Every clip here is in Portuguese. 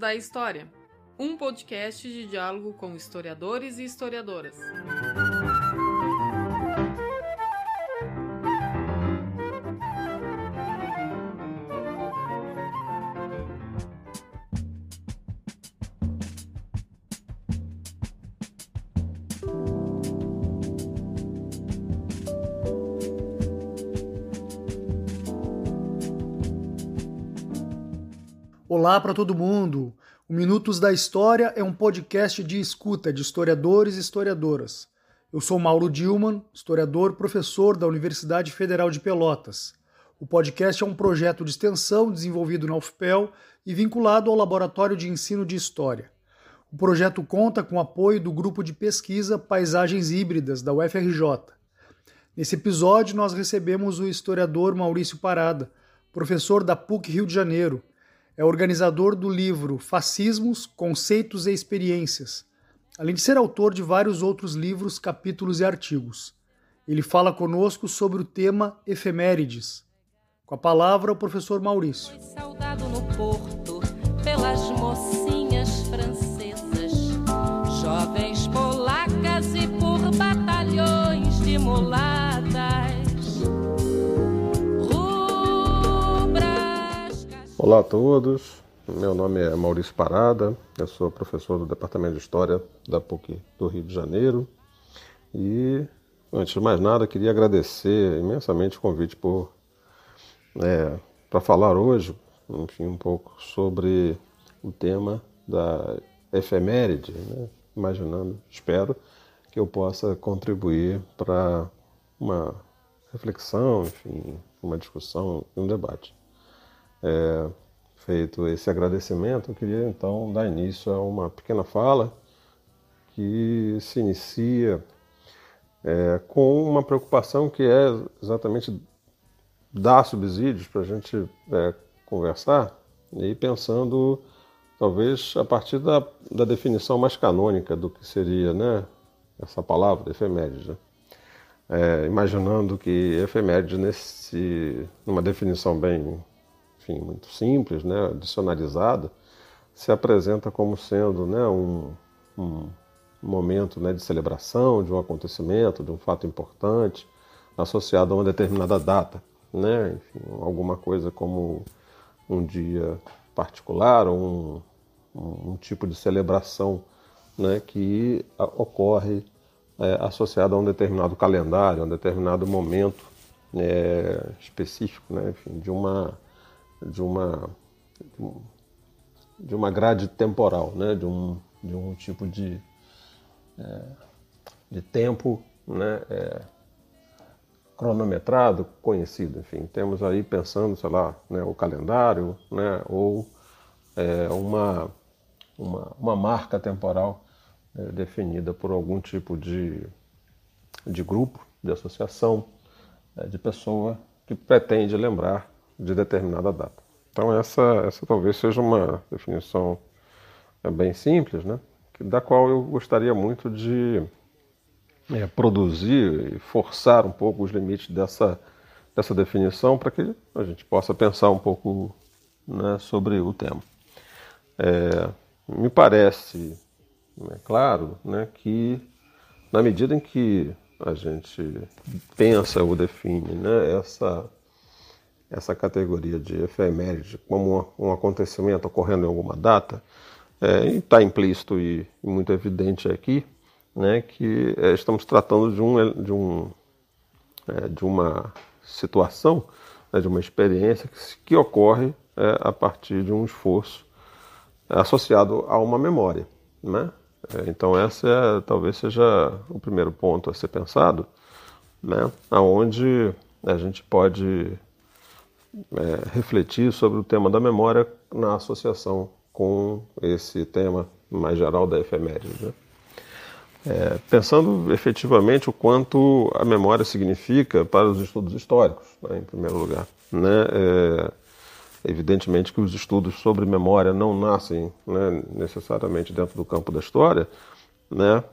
da História, um podcast de diálogo com historiadores e historiadoras. Olá para todo mundo! O Minutos da História é um podcast de escuta de historiadores e historiadoras. Eu sou Mauro Dillmann, historiador, professor da Universidade Federal de Pelotas. O podcast é um projeto de extensão desenvolvido na UFPEL e vinculado ao Laboratório de Ensino de História. O projeto conta com o apoio do grupo de pesquisa Paisagens Híbridas da UFRJ. Nesse episódio nós recebemos o historiador Maurício Parada, professor da PUC Rio de Janeiro. É organizador do livro Fascismos, Conceitos e Experiências, além de ser autor de vários outros livros, capítulos e artigos. Ele fala conosco sobre o tema efemérides. Com a palavra, o professor Maurício. Foi saudado no porto pelas mocinhas francesas, jovens polacas e por batalhões de mulatas. Olá a todos, meu nome é Maurício Parada, eu sou professor do Departamento de História da PUC do Rio de Janeiro e, antes de mais nada, queria agradecer imensamente o convite para falar hoje, enfim, um pouco sobre o tema da efeméride, né? Imaginando, espero que eu possa contribuir para uma reflexão, enfim, uma discussão e um debate. Feito esse agradecimento, eu queria então dar início a uma pequena fala que se inicia com uma preocupação que é exatamente dar subsídios para a gente conversar e pensando talvez a partir da definição mais canônica do que seria, né, essa palavra, efeméride, né? Imaginando que efeméride, numa definição bem, enfim, muito simples, né, dicionarizada, se apresenta como sendo, né, um momento, né, de celebração de um acontecimento, de um fato importante, associado a uma determinada data, né, enfim, alguma coisa como um dia particular ou um tipo de celebração, né, que ocorre associado a um determinado calendário, a um determinado momento específico, né, enfim, de uma grade temporal, né? de um tipo de tempo, né? Cronometrado, conhecido. Enfim, temos aí pensando, sei lá, né, o calendário, né, ou uma marca temporal definida por algum tipo de grupo, de associação, de pessoa que pretende lembrar de determinada data. Então essa talvez seja uma definição bem simples, né? Da qual eu gostaria muito de produzir e forçar um pouco os limites dessa definição para que a gente possa pensar um pouco, né, sobre o tema. Me parece, claro, né, que na medida em que a gente pensa ou define, né, essa categoria de efeméride como um acontecimento ocorrendo em alguma data, está implícito e muito evidente aqui, né, que estamos tratando de uma situação, né, de uma experiência que ocorre a partir de um esforço associado a uma memória, né? Então talvez seja o primeiro ponto a ser pensado, né, aonde a gente pode refletir sobre o tema da memória na associação com esse tema mais geral da efeméride, né? Pensando efetivamente o quanto a memória significa para os estudos históricos, né, em primeiro lugar, né? Evidentemente que os estudos sobre memória não nascem, né, necessariamente dentro do campo da história, né?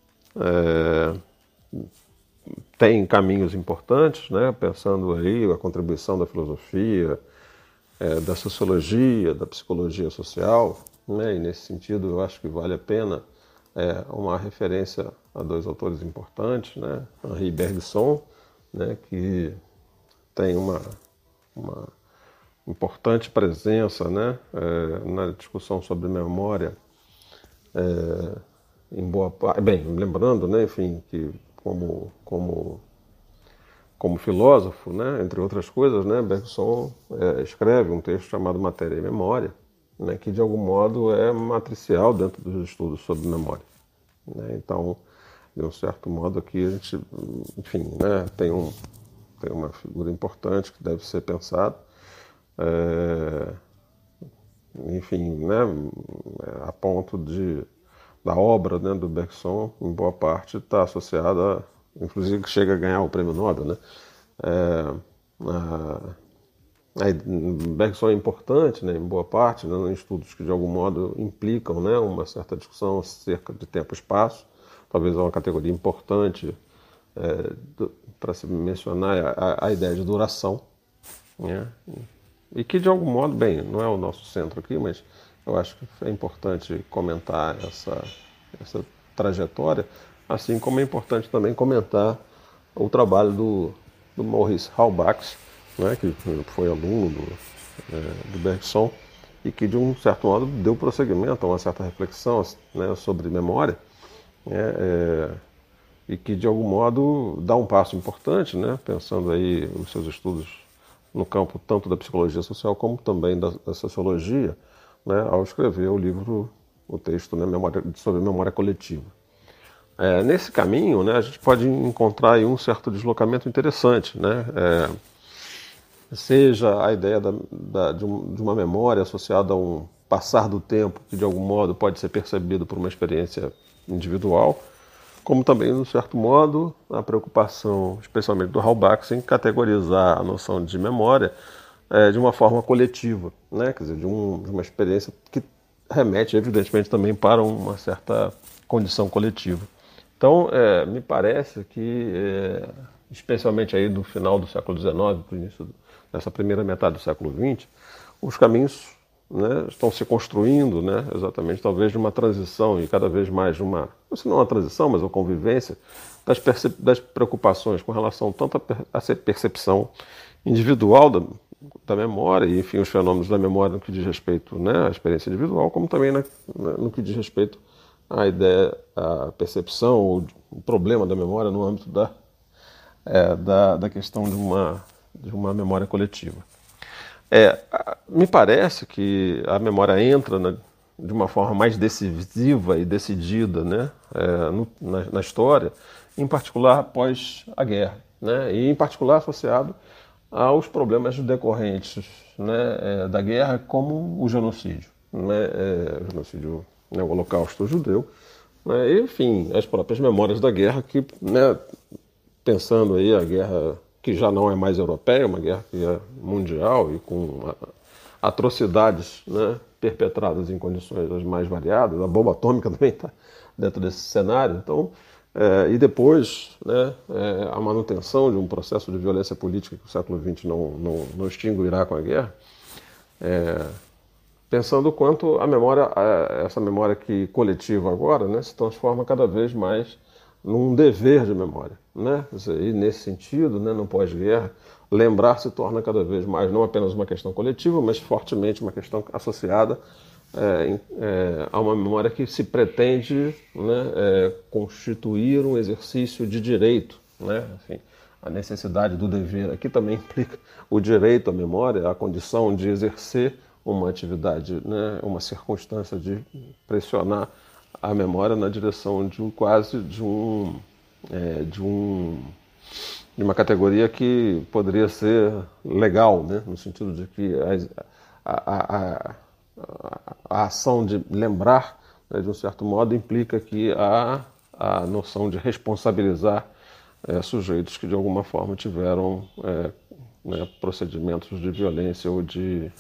Tem caminhos importantes, né, pensando aí a contribuição da filosofia, da sociologia, da psicologia social, né? E nesse sentido eu acho que vale a pena uma referência a dois autores importantes, né? Henri Bergson, né? Que tem uma importante presença, né? Na discussão sobre memória, em boa parte, bem, lembrando, né? Enfim, que como filósofo, né? Entre outras coisas, né? Bergson escreve um texto chamado Matéria e Memória, né, que de algum modo é matricial dentro dos estudos sobre memória, né? Então, de um certo modo aqui a gente, enfim, né, tem uma figura importante que deve ser pensada, enfim, né, a ponto da obra, né, do Bergson, em boa parte, está associada, inclusive que chega a ganhar o prêmio Nobel, né? Bergson é importante, né, em boa parte, né, em estudos que de algum modo implicam, né, uma certa discussão acerca de tempo e espaço. Talvez é uma categoria importante para se mencionar a ideia de duração, né, e que de algum modo, bem, não é o nosso centro aqui, mas eu acho que é importante comentar essa trajetória, assim como é importante também comentar o trabalho do Maurice Halbach, né, que foi aluno do Bergson e que de um certo modo deu prosseguimento a uma certa reflexão, né, sobre memória, e que de algum modo dá um passo importante, né, pensando aí os seus estudos no campo tanto da psicologia social como também da sociologia, né, ao escrever o texto, né, sobre memória coletiva. Nesse caminho, né, a gente pode encontrar aí um certo deslocamento interessante, né, seja a ideia de uma memória associada a um passar do tempo que de algum modo pode ser percebido por uma experiência individual, como também, de um certo modo, a preocupação, especialmente do Halbach, em categorizar a noção de memória de uma forma coletiva, né? Quer dizer, de uma experiência que remete, evidentemente, também para uma certa condição coletiva. Então, me parece que, especialmente aí do final do século XIX, para o início dessa primeira metade do século XX, os caminhos, né, estão se construindo, né, exatamente, talvez de uma transição e cada vez mais de uma, se não uma transição, mas uma convivência das preocupações com relação tanto à percepção individual da memória e, enfim, os fenômenos da memória no que diz respeito, né, à experiência individual, como também no que diz respeito à ideia, à percepção ou o problema da memória no âmbito da questão de uma memória coletiva. Me parece que a memória entra de uma forma mais decisiva e decidida, né, na história, em particular após a guerra, né, e em particular associado aos problemas decorrentes, né, da guerra, como o genocídio, né, o Holocausto judeu, né, e, enfim, as próprias memórias da guerra que, né, pensando aí a guerra que já não é mais europeia, uma guerra que é mundial e com atrocidades, né, perpetradas em condições as mais variadas. A bomba atômica também está dentro desse cenário. Então, e depois, né, a manutenção de um processo de violência política que o século XX não extinguirá com a guerra, pensando o quanto a memória, essa memória que coletiva agora, né, se transforma cada vez mais num dever de memória, né? E nesse sentido, né, no pós-guerra, lembrar se torna cada vez mais não apenas uma questão coletiva, mas fortemente uma questão associada a uma memória que se pretende, né, constituir um exercício de direito, né? Enfim, a necessidade do dever aqui também implica o direito à memória, a condição de exercer uma atividade, né, uma circunstância de pressionar a memória na direção de uma categoria que poderia ser legal, né? No sentido de que a ação de lembrar, né, de um certo modo, implica que a noção de responsabilizar sujeitos que de alguma forma tiveram né, procedimentos de violência ou de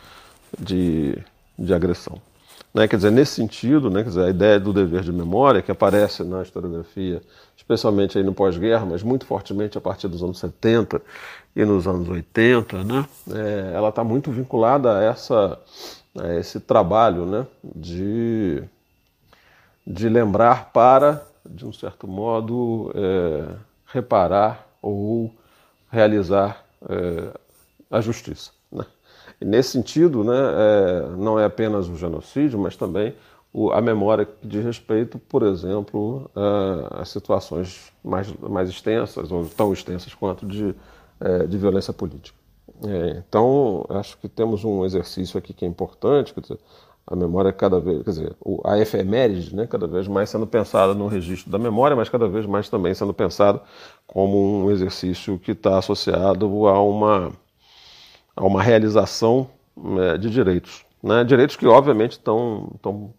agressão. Né, quer dizer, nesse sentido, né, quer dizer, a ideia do dever de memória, que aparece na historiografia, especialmente aí no pós-guerra, mas muito fortemente a partir dos anos 70 e nos anos 80, né, ela está muito vinculada a esse trabalho, né, de lembrar para, de um certo modo, reparar ou realizar a justiça, né? E nesse sentido, né, não é apenas o genocídio, mas também a memória que diz respeito, por exemplo, a situações mais extensas, ou tão extensas quanto de violência política. Então, acho que temos um exercício aqui que é importante, quer dizer, a memória cada vez, quer dizer, a efeméride, né, cada vez mais sendo pensada no registro da memória, mas cada vez mais também sendo pensada como um exercício que está associado a uma realização de direitos, né, direitos que obviamente estão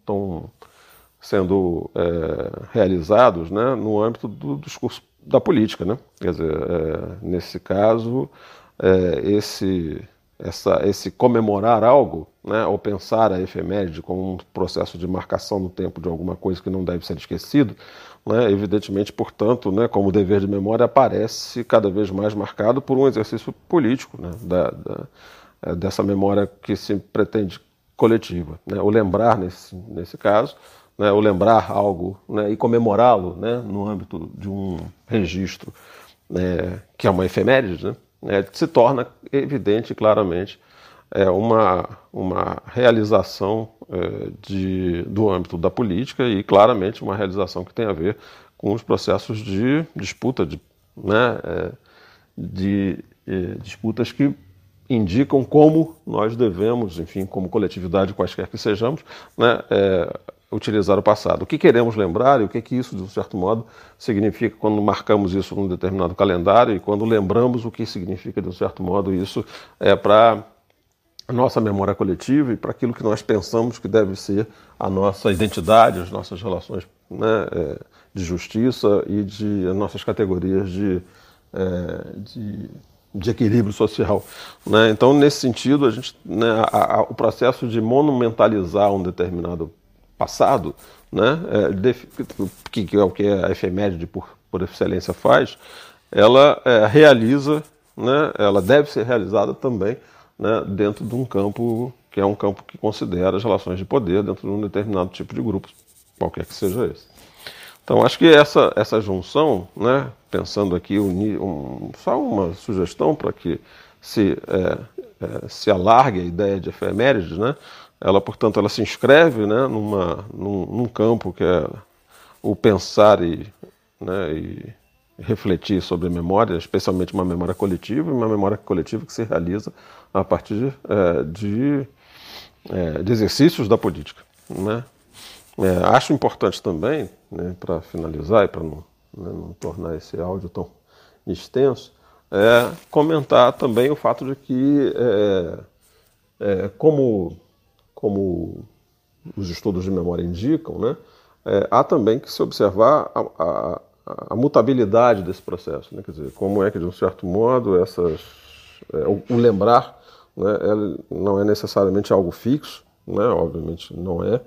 sendo realizados, né, no âmbito do discurso da política, né, quer dizer, nesse caso, esse comemorar algo, né, ou pensar a efeméride como um processo de marcação no tempo de alguma coisa que não deve ser esquecido, né, evidentemente, portanto, né, como dever de memória, aparece cada vez mais marcado por um exercício político, né, dessa memória que se pretende coletiva, né, o lembrar nesse caso, né, o lembrar algo, né, e comemorá-lo, né, no âmbito de um registro, que é uma efeméride, né, se torna evidente, claramente, uma realização do âmbito da política e, claramente, uma realização que tem a ver com os processos de disputa, disputas que indicam como nós devemos, enfim, como coletividade, quaisquer que sejamos, né, utilizar o passado. O que queremos lembrar e o que isso, de um certo modo, significa quando marcamos isso num determinado calendário e quando lembramos o que significa, de um certo modo, isso para a nossa memória coletiva e para aquilo que nós pensamos que deve ser a nossa identidade, as nossas relações, né, de justiça e de as nossas categorias de equilíbrio social, né? Então, nesse sentido, a gente, né, o processo de monumentalizar um determinado passado, né, que é o que a efeméride por excelência faz, ela realiza, né, ela deve ser realizada também, né, dentro de um campo que é um campo que considera as relações de poder dentro de um determinado tipo de grupo, qualquer que seja esse. Então, acho que essa junção, né, pensando aqui, só uma sugestão para que se alargue a ideia de efemérides, né, portanto, ela se inscreve, né, num campo que é o pensar e refletir sobre a memória, especialmente uma memória coletiva, e uma memória coletiva que se realiza a partir de exercícios da política, né. Acho importante também, né, para finalizar e para não tornar esse áudio tão extenso, comentar também o fato de que, como os estudos de memória indicam, né, há também que se observar a mutabilidade desse processo, né, quer dizer, como é que, de um certo modo, o lembrar, né, não é necessariamente algo fixo, né, obviamente não é.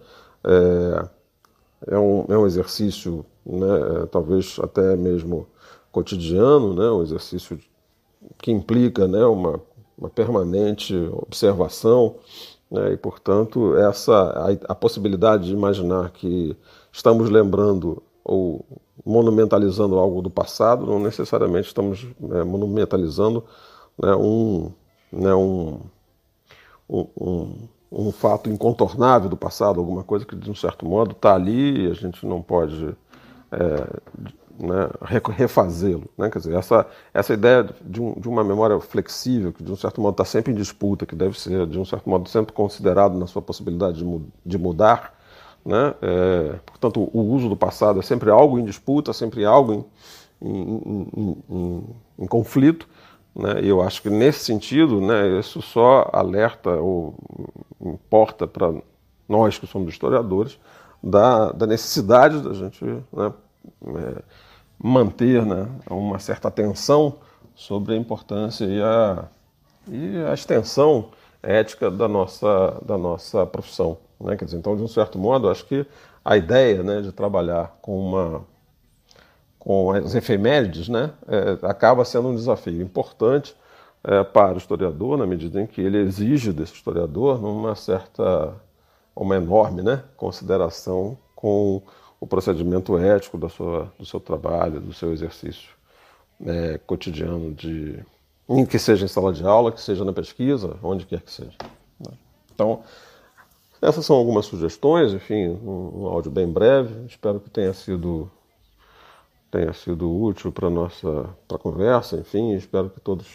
É um exercício, né, talvez até mesmo cotidiano, né, um exercício que implica, né, uma permanente observação, né, e, portanto, a possibilidade de imaginar que estamos lembrando ou monumentalizando algo do passado, não necessariamente estamos monumentalizando, né, um fato incontornável do passado, alguma coisa que, de um certo modo, está ali e a gente não pode refazê-lo, né? Quer dizer, essa ideia de uma memória flexível, que, de um certo modo, está sempre em disputa, que deve ser, de um certo modo, sempre considerado na sua possibilidade de mudar, né? Portanto, o uso do passado é sempre algo em disputa, sempre algo em conflito, né? E eu acho que, nesse sentido, né, isso só alerta ou importa para nós que somos historiadores da necessidade da gente, né, manter, né, uma certa atenção sobre a importância e a extensão ética da nossa profissão, né? Quer dizer, então, de um certo modo, acho que a ideia, né, de trabalhar com as efemérides, né, acaba sendo um desafio importante, para o historiador, na medida em que ele exige desse historiador uma enorme, né, consideração com o procedimento ético do seu trabalho, do seu exercício cotidiano, que seja em sala de aula, que seja na pesquisa, onde quer que seja. Então, essas são algumas sugestões, enfim, um áudio bem breve, espero que tenha sido útil para a conversa, enfim, espero que todos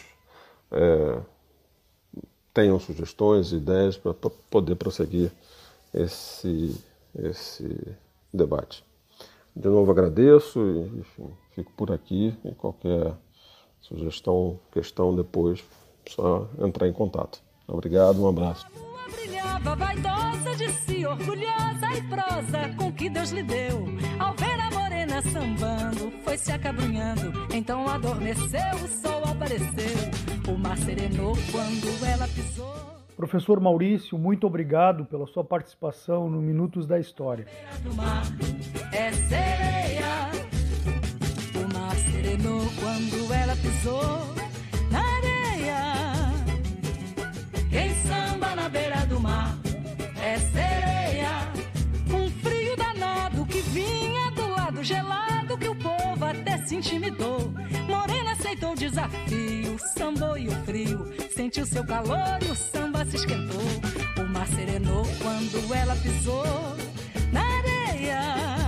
tenham sugestões e ideias para poder prosseguir esse debate. De novo agradeço e, enfim, fico por aqui e qualquer sugestão, questão depois, só entrar em contato. Obrigado, um abraço. Brilhava vaidosa de si, orgulhosa e prosa com que Deus lhe deu. Ao ver a morena sambando, foi se acabrunhando, então adormeceu, o sol apareceu, o mar serenou quando ela pisou. Professor Maurício, muito obrigado pela sua participação no Minutos da História. Do mar é sereia, o mar serenou quando ela pisou na areia. Quem samba na beira do mar é sereia. Um frio danado que vinha do lado gelado, que o povo até se intimidou. Morena aceitou o desafio, sambou e o frio sentiu seu calor e o samba se esquentou. O mar serenou quando ela pisou na areia.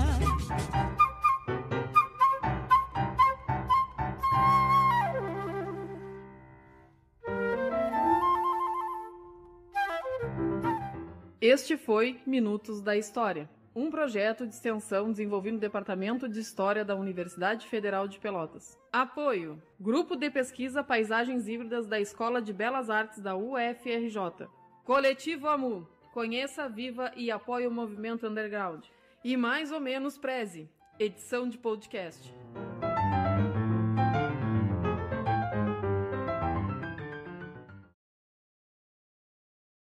Este foi Minutos da História, um projeto de extensão desenvolvido no Departamento de História da Universidade Federal de Pelotas. Apoio: Grupo de Pesquisa Paisagens Híbridas da Escola de Belas Artes da UFRJ. Coletivo AMU. Conheça, viva e apoie o movimento underground. E Mais ou Menos Preze, edição de podcast.